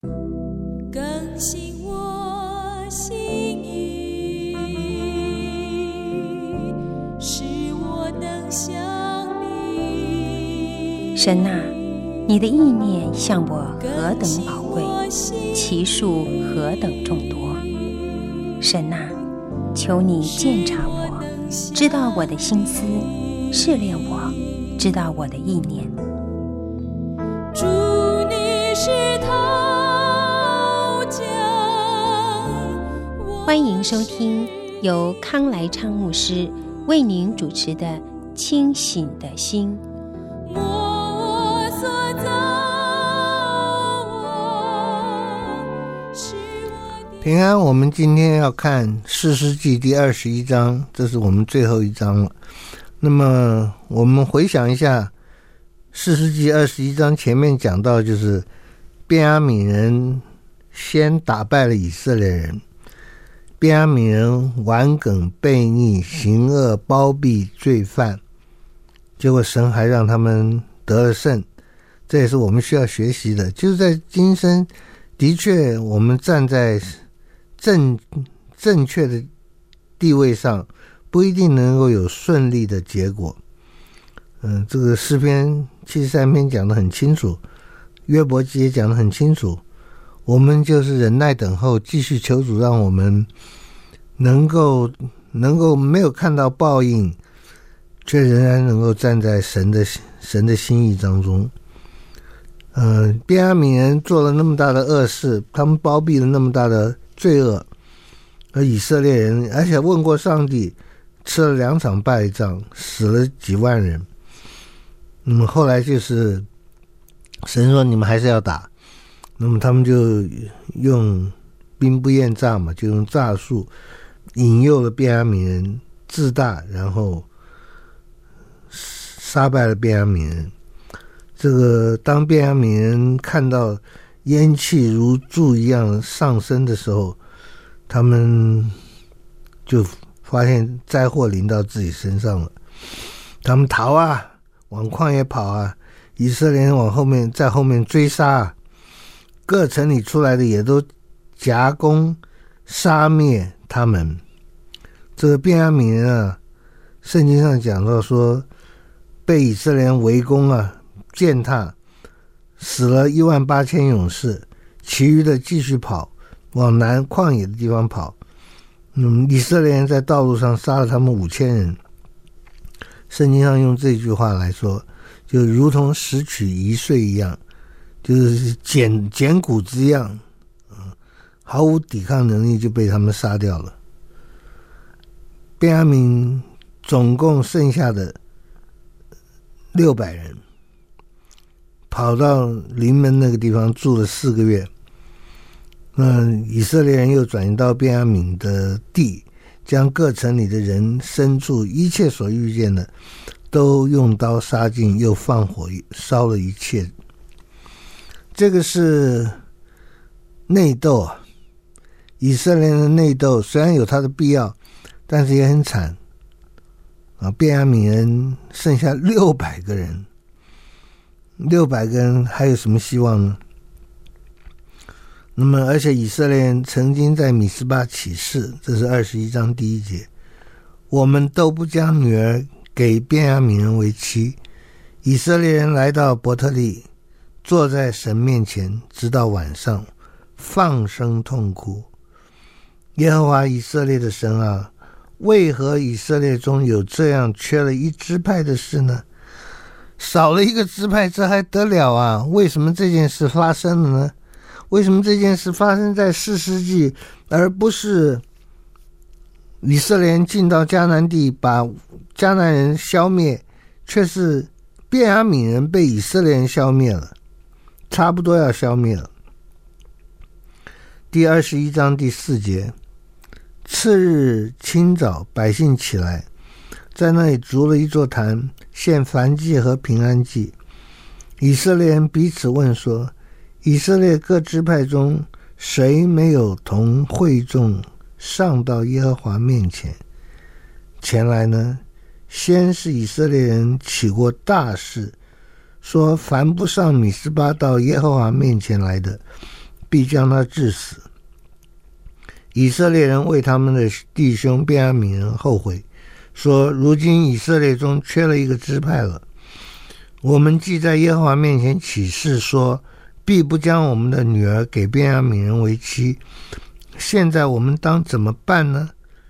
更新我心意，使我能像你。 神啊，你的意念向我何等宝贵，其数何等众多。神啊，求你鉴察我，知道我的心思，试炼我，知道我的意念。 主，你是陶匠， 欢迎收听由康来昌牧师为您主持的《清醒的心》。 摸我所造，是我的平安，我们今天要看士师记第21章，这是我们最后一章了。那么我们回想一下士师记21章前面讲到，就是便雅悯人先打败了以色列人，便雅悯人顽梗悖逆，行恶包庇罪犯，结果神还让他们得了胜。这也是我们需要学习的，就是在今生的确我们站在正确的地位上，不一定能够有顺利的结果。这个诗篇73篇讲得很清楚，约伯记也讲得很清楚，我们就是忍耐等候，继续求主让我们能够没有看到报应，却仍然能够站在神的心意当中。便雅悯人做了那么大的恶事，他们包庇了那么大的罪恶，而以色列人而且问过上帝，吃了2场败仗，死了几万人。那么后来就是神说你们还是要打，那么他们就用兵不厌诈嘛，就用诈术引诱了便雅悯人自大，然后杀败了便雅悯人。这个当便雅悯人看到烟气如柱一样上升的时候，他们就发现灾祸临到自己身上了，他们逃啊，往旷野跑啊，以色列人在后面追杀啊，各城里出来的也都夹攻杀灭他们。这个便雅悯人啊，圣经上讲到说被以色列人围攻啊，践踏，死了18000勇士，其余的继续跑，往南旷野的地方跑。以色列人在道路上杀了他们5000人。圣经上用这句话来说，就如同拾取一岁一样，就是捡谷子一样，毫无抵抗能力就被他们杀掉了。便雅悯总共剩下的600人，跑到临门那个地方住了4个月。以色列人又转移到便雅悯的地，将各城里的人牲畜一切所遇见的都用刀杀尽，又放火烧了一切。这个是内斗啊，以色列人的内斗虽然有它的必要，但是也很惨啊。便雅悯人剩下600个人，600个人还有什么希望呢？那么而且以色列人曾经在米斯巴起誓，这是21章第1节，我们都不将女儿给便雅悯人为妻。以色列人来到伯特利，坐在神面前，直到晚上，放声痛哭。耶和华以色列的神啊，为何以色列中有这样缺了一支派的事呢？少了一个支派，这还得了啊？为什么这件事发生了呢？为什么这件事发生在士师记，而不是以色列人进到迦南地把迦南人消灭，却是便雅悯人被以色列人消灭了，差不多要消灭了。第21章第4节，次日清早，百姓起来，在那里筑了一座坛，献燔祭和平安祭。以色列人彼此问说，以色列各支派中谁没有同会众上到耶和华面前来呢？先是以色列人起过大事，说凡不上米斯巴到耶和华面前来的， 必将他治死。以色列人为他们的弟兄便雅悯人后悔，说如今以色列中缺了一个支派了。我们既在耶和华面前起誓说必不将我们的女儿给便雅悯人为妻，现在我们当怎么办呢？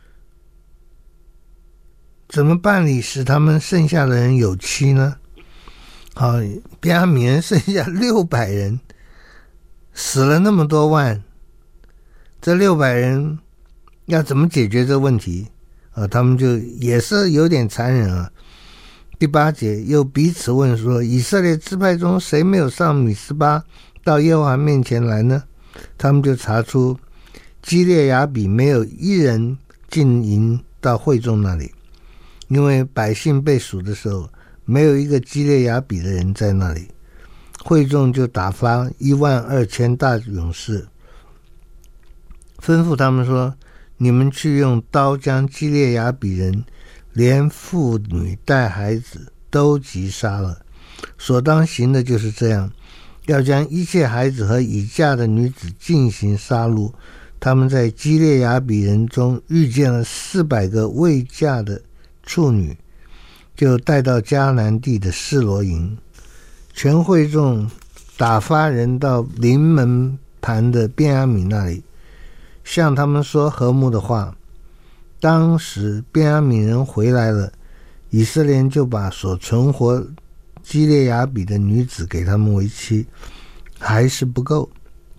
怎么办理使他们剩下的人有妻呢？好，便雅悯人剩下600人，死了那么多万，这600人要怎么解决这个问题他们就也是有点残忍啊。第8节又彼此问说，以色列支派中谁没有上米斯巴到耶和华面前来呢？他们就查出基列雅比没有一人进营到会众那里，因为百姓被数的时候没有一个基列雅比的人在那里。会众就打发12000大勇士，吩咐他们说，你们去用刀将基列雅比人连妇女带孩子都击杀了。所当行的就是这样，要将一切孩子和已嫁的女子进行杀戮。他们在基列雅比人中遇见了400个未嫁的处女，就带到迦南地的示罗营。全会众打发人到临门盘的便雅悯那里，向他们说和睦的话。当时便雅悯人回来了，以色列人就把所存活基列雅比的女子给他们为妻，还是不够，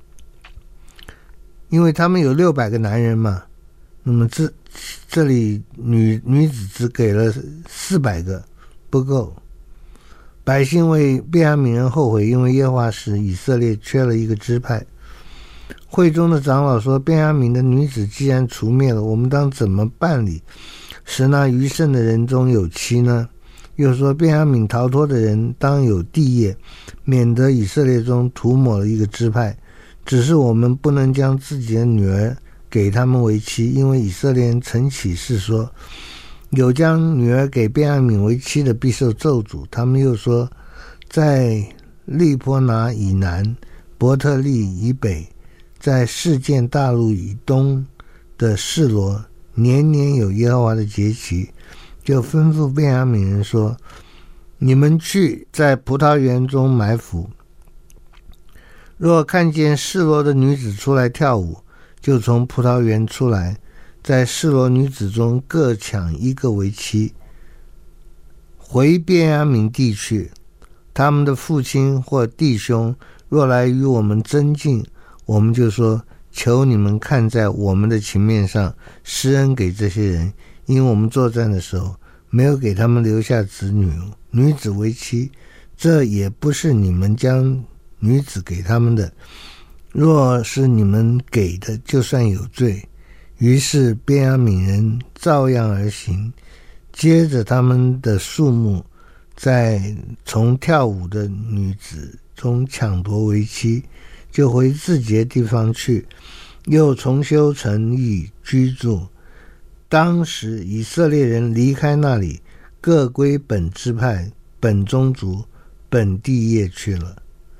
因为他们有600个男人嘛，那么这里女子只给了400个，不够。百姓为便雅悯人后悔，因为耶和华使以色列缺了一个支派。会中的长老说，便雅悯的女子既然除灭了，我们当怎么办理使那余剩的人中有妻呢？又说，便雅悯逃脱的人当有地业，免得以色列中涂抹了一个支派。只是我们不能将自己的女儿给他们为妻，因为以色列人曾起誓说，有将女儿给便雅悯为妻的必受咒诅。他们又说，在利波拿以南、伯特利以北，在示剑大陆以东的示罗，年年有耶和华的节期，就吩咐便雅悯人说，你们去在葡萄园中埋伏，若看见示罗的女子出来跳舞，就从葡萄园出来，在示罗女子中各抢一个为妻，回便雅悯地去。他们的父亲或弟兄若来与我们争竞，我们就说，求你们看在我们的情面上施恩给这些人，因为我们作战的时候没有给他们留下子女女子为妻，这也不是你们将女子给他们的，若是你们给的，就算有罪。于是便雅悯人照样而行，接着他们的数目，在从跳舞的女子中抢夺为妻，就回自己的地方去，又重修城邑居住。当时以色列人离开那里，各归本支派、本宗族、本地业去了。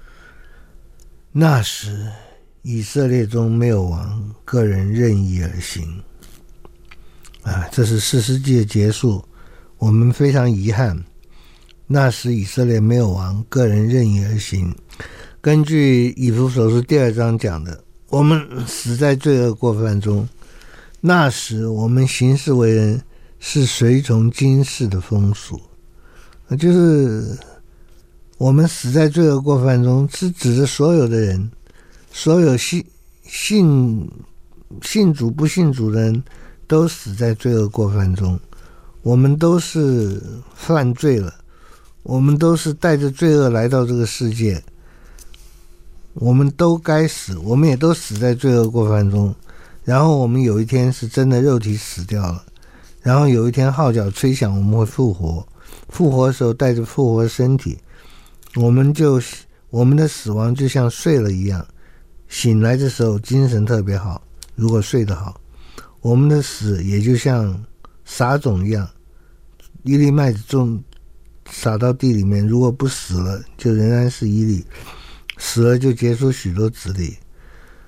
那时以色列中没有王，个人任意而行。这是士师记的结束。我们非常遗憾，那时以色列没有王，个人任意而行。根据以弗所书2章讲的，我们死在罪恶过犯中，那时我们行事为人是随从今世的风俗，就是我们死在罪恶过犯中，是指着所有的人，所有信主不信主的人都死在罪恶过犯中。我们都是犯罪了，我们都是带着罪恶来到这个世界，我们都该死，我们也都死在罪恶过犯中。然后我们有一天是真的肉体死掉了，然后有一天号角吹响，我们会复活。复活的时候带着复活身体，我们的死亡就像睡了一样，醒来的时候精神特别好，如果睡得好。我们的死也就像撒种一样，一粒麦子撒到地里面，如果不死了就仍然是一粒，死了就结出许多子粒。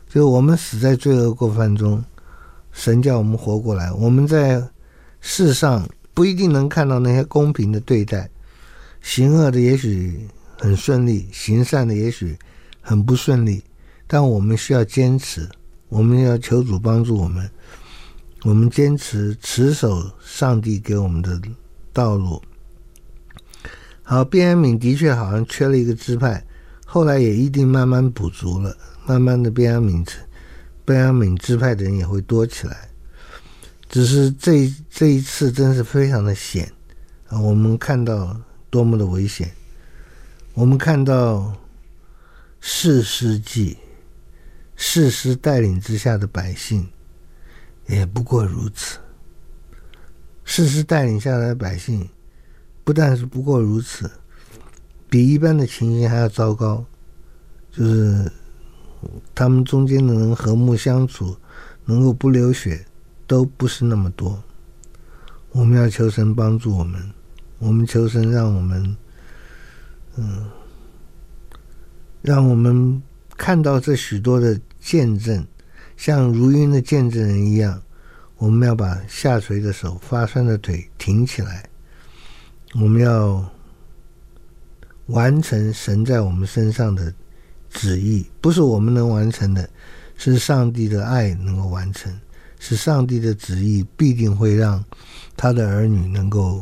就我们死在罪恶过犯中，神叫我们活过来。我们在世上不一定能看到那些公平的对待，行恶的也许很顺利，行善的也许很不顺利，但我们需要坚持，我们要求主帮助我们，我们坚持持守上帝给我们的道路。好，便雅悯的确好像缺了一个支派，后来也一定慢慢补足了，慢慢的便雅悯支派的人也会多起来。只是这一次真是非常的险啊！我们看到多么的危险，我们看到士师带领之下的百姓也不过如此。士师带领下来的百姓不但是不过如此，比一般的情形还要糟糕，就是他们中间的能和睦相处，能够不流血都不是那么多。我们要求神帮助我们，我们求神让我们看到这许多的见证，像如鹰的见证人一样，我们要把下垂的手发酸的腿挺起来，我们要完成神在我们身上的旨意，不是我们能完成的，是上帝的爱能够完成，是上帝的旨意必定会让他的儿女能够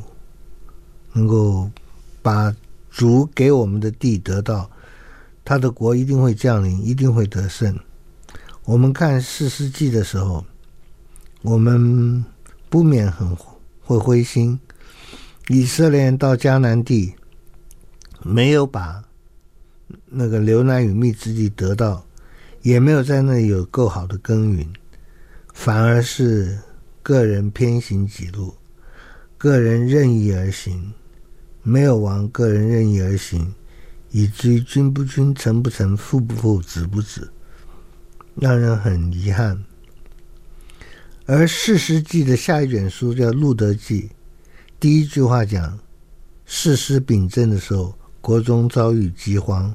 把主给我们的地得到，他的国一定会降临，一定会得胜。我们看士师记的时候，我们不免很会灰心，以色列人到迦南地没有把那个流奶与蜜之地得到，也没有在那里有够好的耕耘，反而是个人偏行己路，个人任意而行，没有王个人任意而行，以至于君不君，臣不臣，父不父，子不子，让人很遗憾。而士师记的下一卷书叫路德记，第一句话讲士师秉政的时候，国中遭遇饥荒。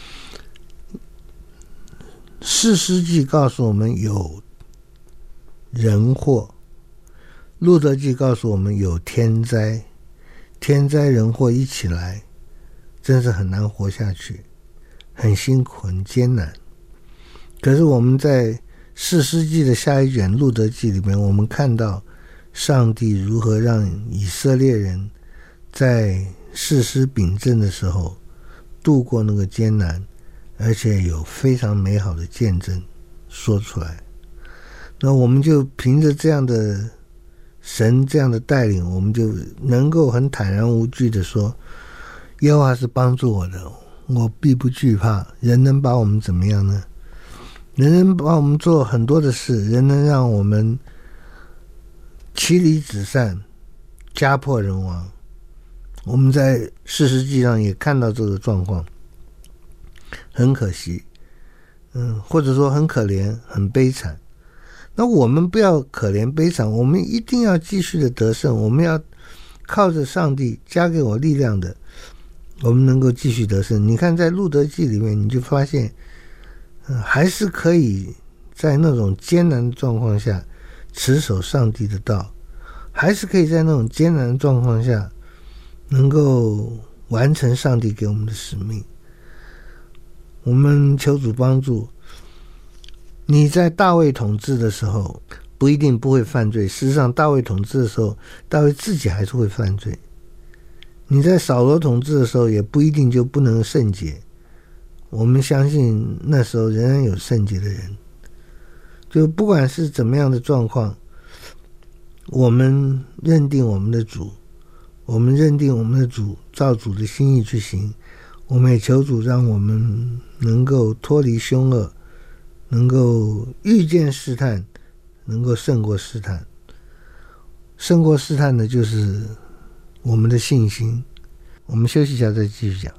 士师记告诉我们有人祸，路德记告诉我们有天灾，天灾人祸一起来，真是很难活下去，很辛苦，很艰难。可是我们在士师记的下一卷路德记里面，我们看到上帝如何让以色列人在士师秉政的时候度过那个艰难，而且有非常美好的见证说出来。那我们就凭着这样的神这样的带领，我们就能够很坦然无惧的说，耶和华是帮助我的，我必不惧怕。人能把我们怎么样呢？人能把我们做很多的事，人能让我们妻离子散，家破人亡。我们在士师记上也看到这个状况，很可惜，或者说很可怜，很悲惨。那我们不要可怜悲惨，我们一定要继续的得胜，我们要靠着上帝加给我力量的，我们能够继续得胜。你看在路德记里面，你就发现还是可以在那种艰难的状况下持守上帝的道，还是可以在那种艰难的状况下能够完成上帝给我们的使命。我们求主帮助。你在大卫统治的时候不一定不会犯罪，事实上大卫统治的时候，大卫自己还是会犯罪。你在扫罗统治的时候也不一定就不能圣洁，我们相信那时候仍然有圣洁的人。就不管是怎么样的状况，我们认定我们的主，我们认定我们的主，照主的心意去行。我们也求主让我们能够脱离凶恶，能够遇见试探，能够胜过试探。胜过试探的就是我们的信心。我们休息一下再继续讲。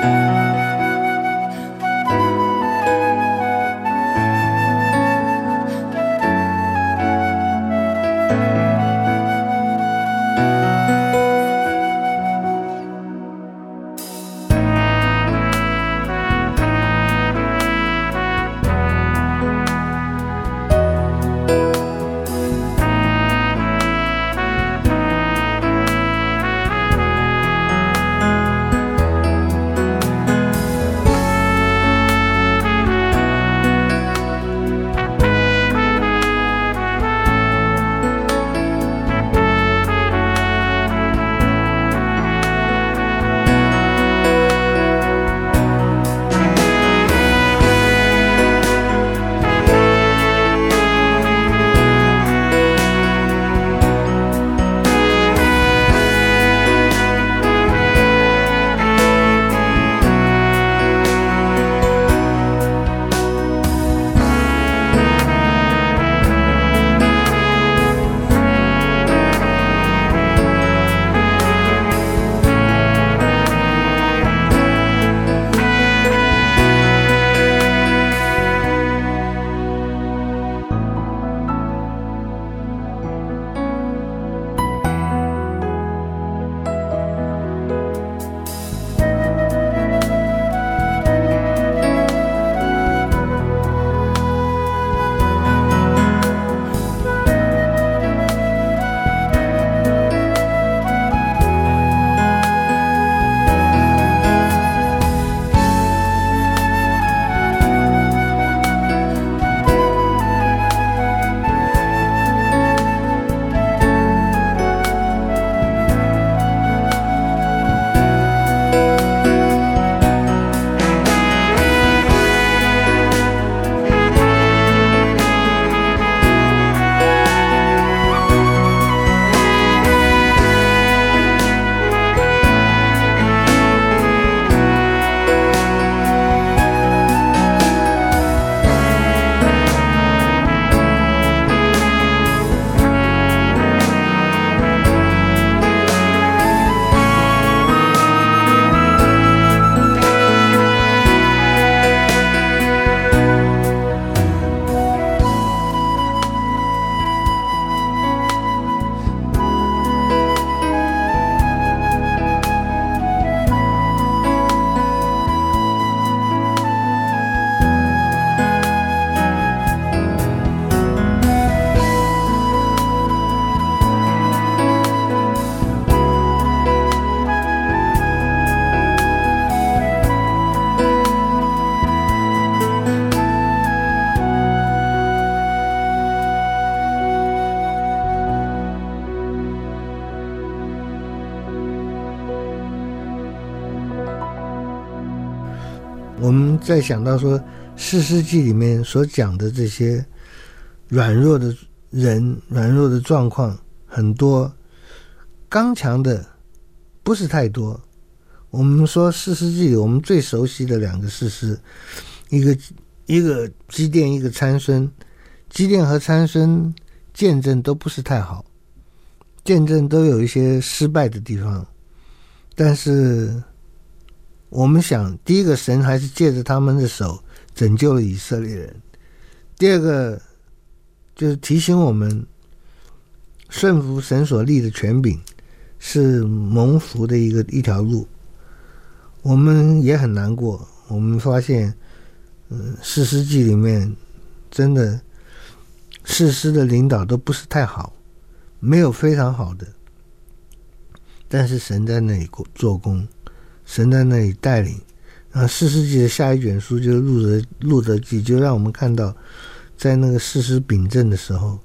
我们在想到说士师记里面所讲的这些软弱的人、软弱的状况很多，刚强的不是太多。我们说士师记里我们最熟悉的两个士师，一个基甸，一个参孙。基甸和参孙见证都不是太好，见证都有一些失败的地方，但是我们想，第一个，神还是借着他们的手拯救了以色列人；第二个，就是提醒我们顺服神所立的权柄是蒙福的一条路。我们也很难过，我们发现士师记里面真的士师的领导都不是太好，没有非常好的，但是神在那里做工，神在那里带领。士师记的下一卷书就是路得记，就让我们看到在那个士师秉政的时候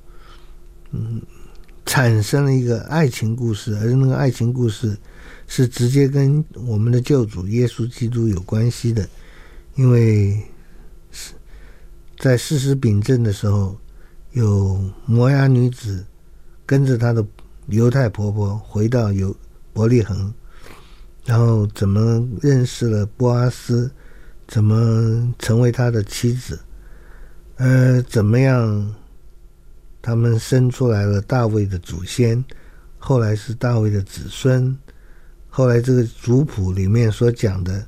产生了一个爱情故事，而那个爱情故事是直接跟我们的救主耶稣基督有关系的。因为在士师秉政的时候，有摩押女子跟着她的犹太婆婆回到伯利恒，然后怎么认识了波阿斯，怎么成为他的妻子，怎么样他们生出来了大卫的祖先，后来是大卫的子孙。后来这个族谱里面所讲的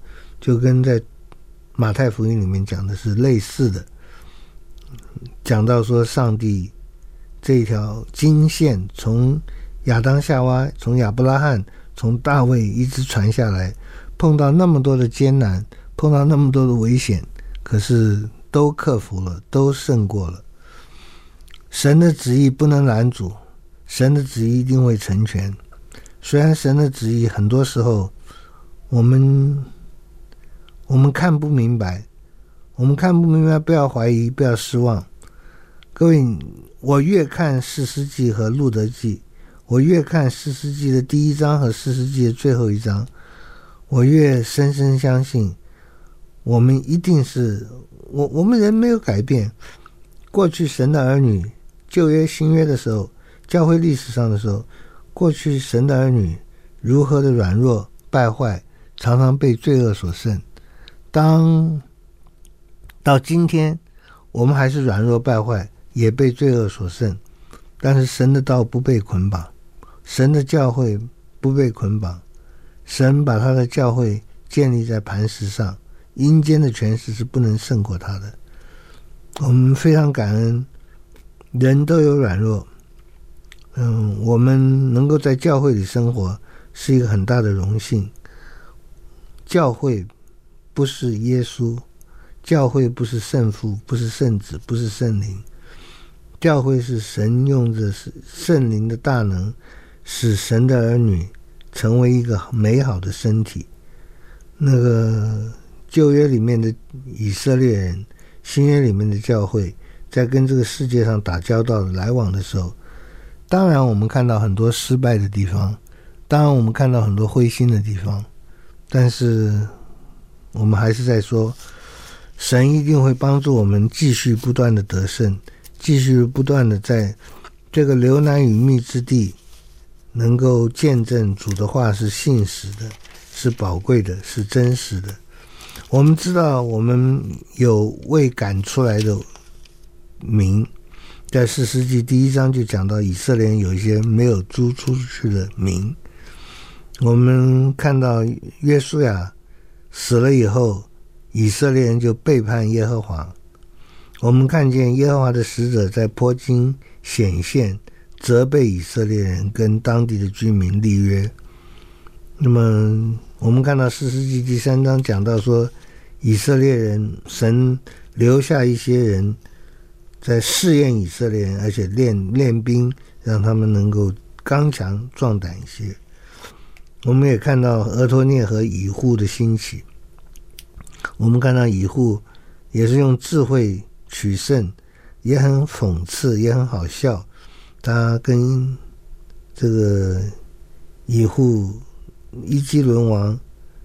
就跟在马太福音里面讲的是类似的，讲到说上帝这一条经线从亚当夏娃，从亚伯拉罕，从大卫一直传下来，碰到那么多的艰难，碰到那么多的危险，可是都克服了，都胜过了。神的旨意不能拦阻，神的旨意一定会成全。虽然神的旨意很多时候我们看不明白，不要怀疑，不要失望。各位，我越看士师记和路德记，我越看士师记的第一章和士师记的最后一章，我越深深相信我们一定是我们人没有改变。过去神的儿女旧约新约的时候，教会历史上的时候，过去神的儿女如何的软弱败坏，常常被罪恶所胜。当到今天我们还是软弱败坏，也被罪恶所胜，但是神的道不被捆绑，神的教会不被捆绑，神把他的教会建立在磐石上，阴间的权势是不能胜过他的。我们非常感恩，人都有软弱，我们能够在教会里生活是一个很大的荣幸。教会不是耶稣，教会不是圣父，不是圣子，不是圣灵，教会是神用着圣灵的大能，使神的儿女成为一个美好的身体。那个旧约里面的以色列人，新约里面的教会，在跟这个世界上打交道的来往的时候，当然我们看到很多失败的地方，当然我们看到很多灰心的地方，但是我们还是在说，神一定会帮助我们继续不断的得胜，继续不断的在这个流难与密之地能够见证主的话是信实的，是宝贵的，是真实的。我们知道我们有未赶出来的民，在士师记第1章就讲到以色列人有一些没有租出去的民。我们看到约书亚死了以后，以色列人就背叛耶和华。我们看见耶和华的使者在坡经显现，责备以色列人跟当地的居民立约。那么我们看到士师记第3章讲到说，以色列人神留下一些人在试验以色列人，而且练兵，让他们能够刚强壮胆一些。我们也看到俄托涅和以户的兴起，我们看到以户也是用智慧取胜，也很讽刺，也很好笑。他跟这个以户伊基伦王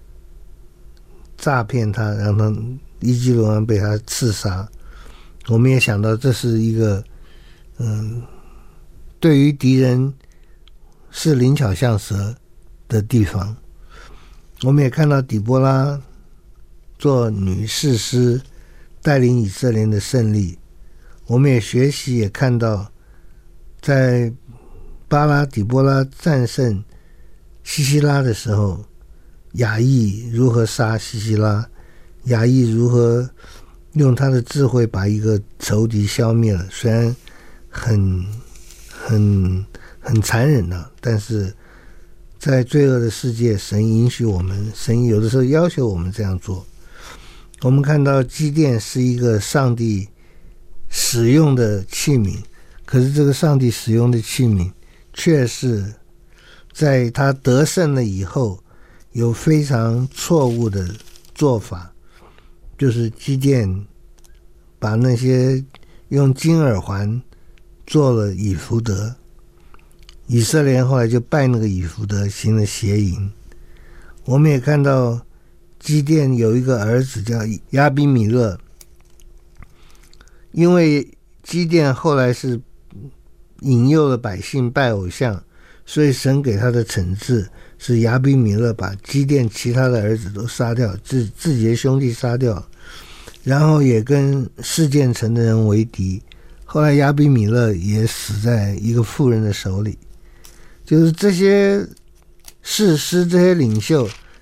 诈骗他，让他伊基伦王被他刺杀。我们也想到这是一个对于敌人是灵巧像蛇的地方。我们也看到底波拉做女士师，带领以色列的胜利。我们也学习，也看到在底波拉战胜西西拉的时候，亚裔如何杀西西拉，亚裔如何用他的智慧把一个仇敌消灭了。虽然很残忍啊，但是在罪恶的世界，神允许我们，神有的时候要求我们这样做。我们看到基甸是一个上帝使用的器皿，可是这个上帝使用的器皿却是在他得胜了以后有非常错误的做法，就是基甸把那些用金耳环做了以弗得，以色列人后来就拜那个以弗得，行了邪淫。我们也看到基甸有一个儿子叫亚比米勒，因为基甸后来是引诱了百姓拜偶像，所以神给他的惩治是亚比米勒把基甸其他的儿子都杀掉，自己的兄弟杀掉，然后也跟示剑城的人为敌。后来亚比米勒也死在一个妇人的手里。就是这些士师，这些领袖，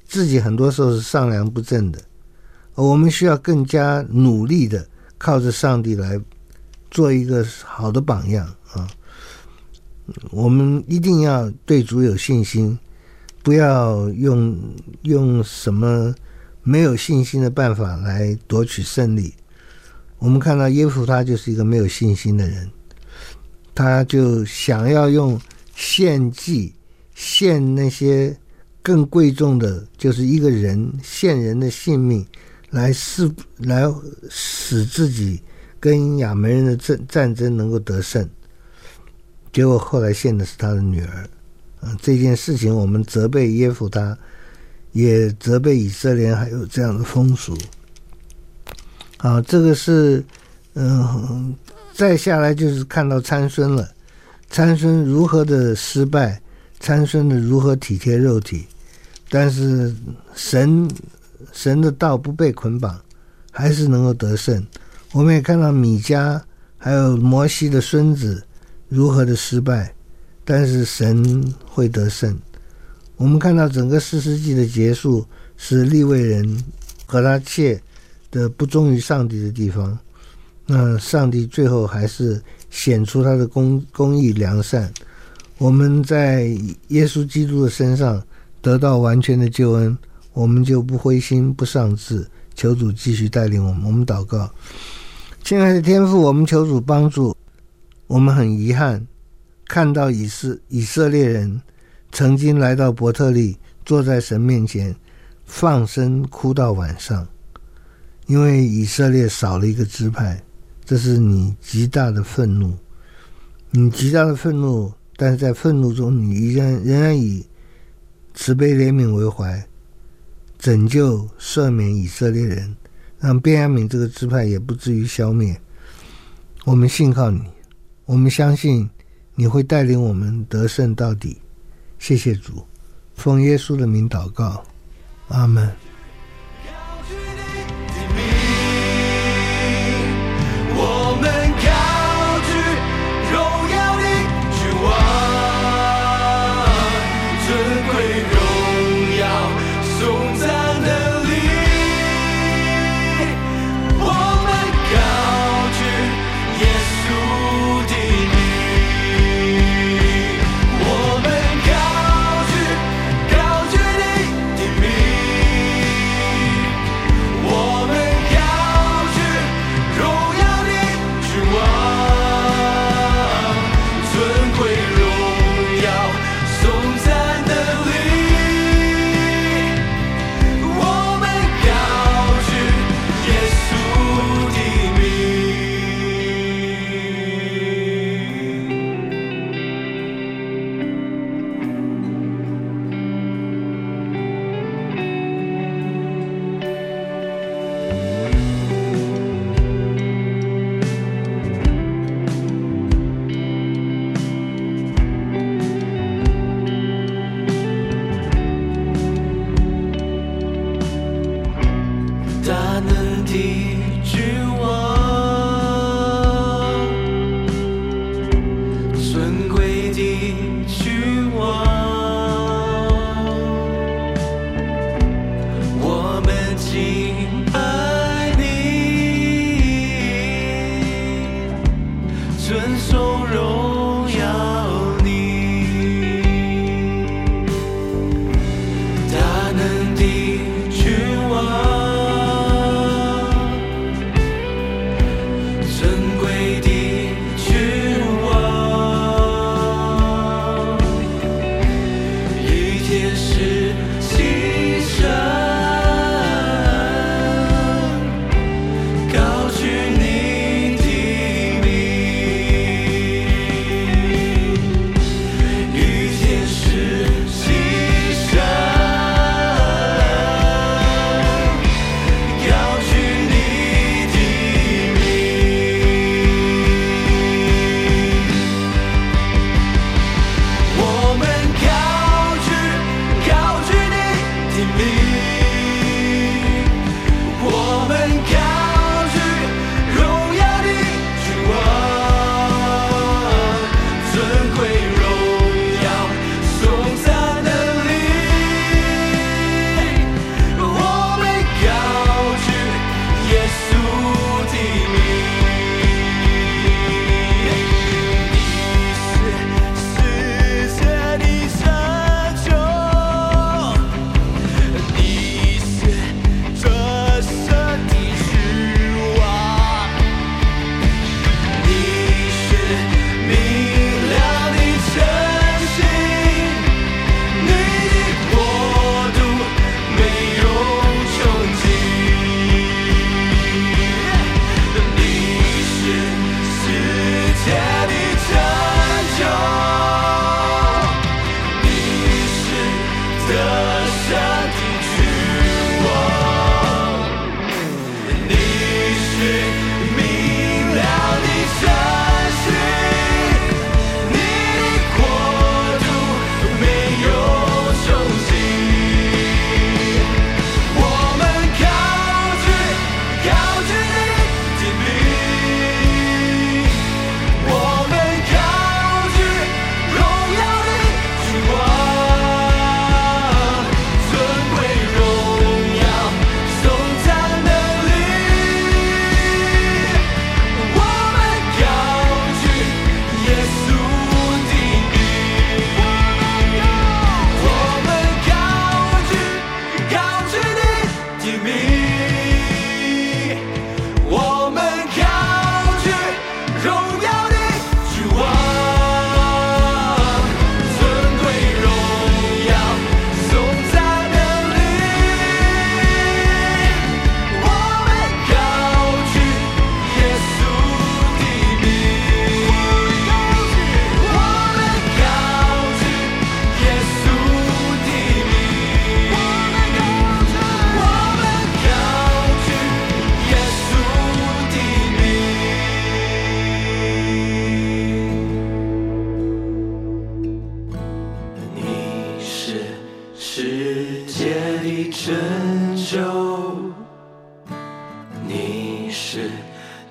自己很多时候是上梁不正的，我们需要更加努力的靠着上帝来做一个好的榜样啊！我们一定要对主有信心，不要用什么没有信心的办法来夺取胜利。我们看到耶弗他就是一个没有信心的人，他就想要用献祭献那些更贵重的，就是一个人献人的性命来使自己跟亚扪人的战争能够得胜。结果后来献的是他的女儿。这件事情我们责备耶弗他，也责备以色列还有这样的风俗。好，这个是再下来就是看到参孙了。参孙如何的失败，参孙的如何体贴肉体，但是神的道不被捆绑，还是能够得胜。我们也看到米迦还有摩西的孙子如何的失败，但是神会得胜。我们看到整个士师记的结束是利未人和他妾的不忠于上帝的地方，那上帝最后还是显出他的公义良善。我们在耶稣基督的身上得到完全的救恩，我们就不灰心不丧志，求主继续带领我们。我们祷告。亲爱的天父，我们求主帮助。我们很遗憾看到以色列人曾经来到伯特利，坐在神面前放声哭到晚上，因为以色列少了一个支派。这是你极大的愤怒，但是在愤怒中你仍然以慈悲怜悯为怀，拯救赦免以色列人，让便雅悯这个支派也不至于消灭。我们信靠你，我们相信你会带领我们得胜到底。谢谢主，奉耶稣的名祷告，阿们。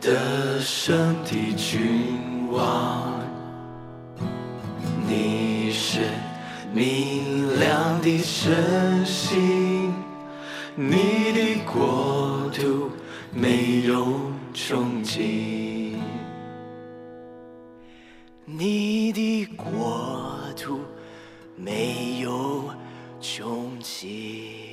得胜的君王，你是明亮的晨星，你的国度没有穷尽，你的国度没有穷尽。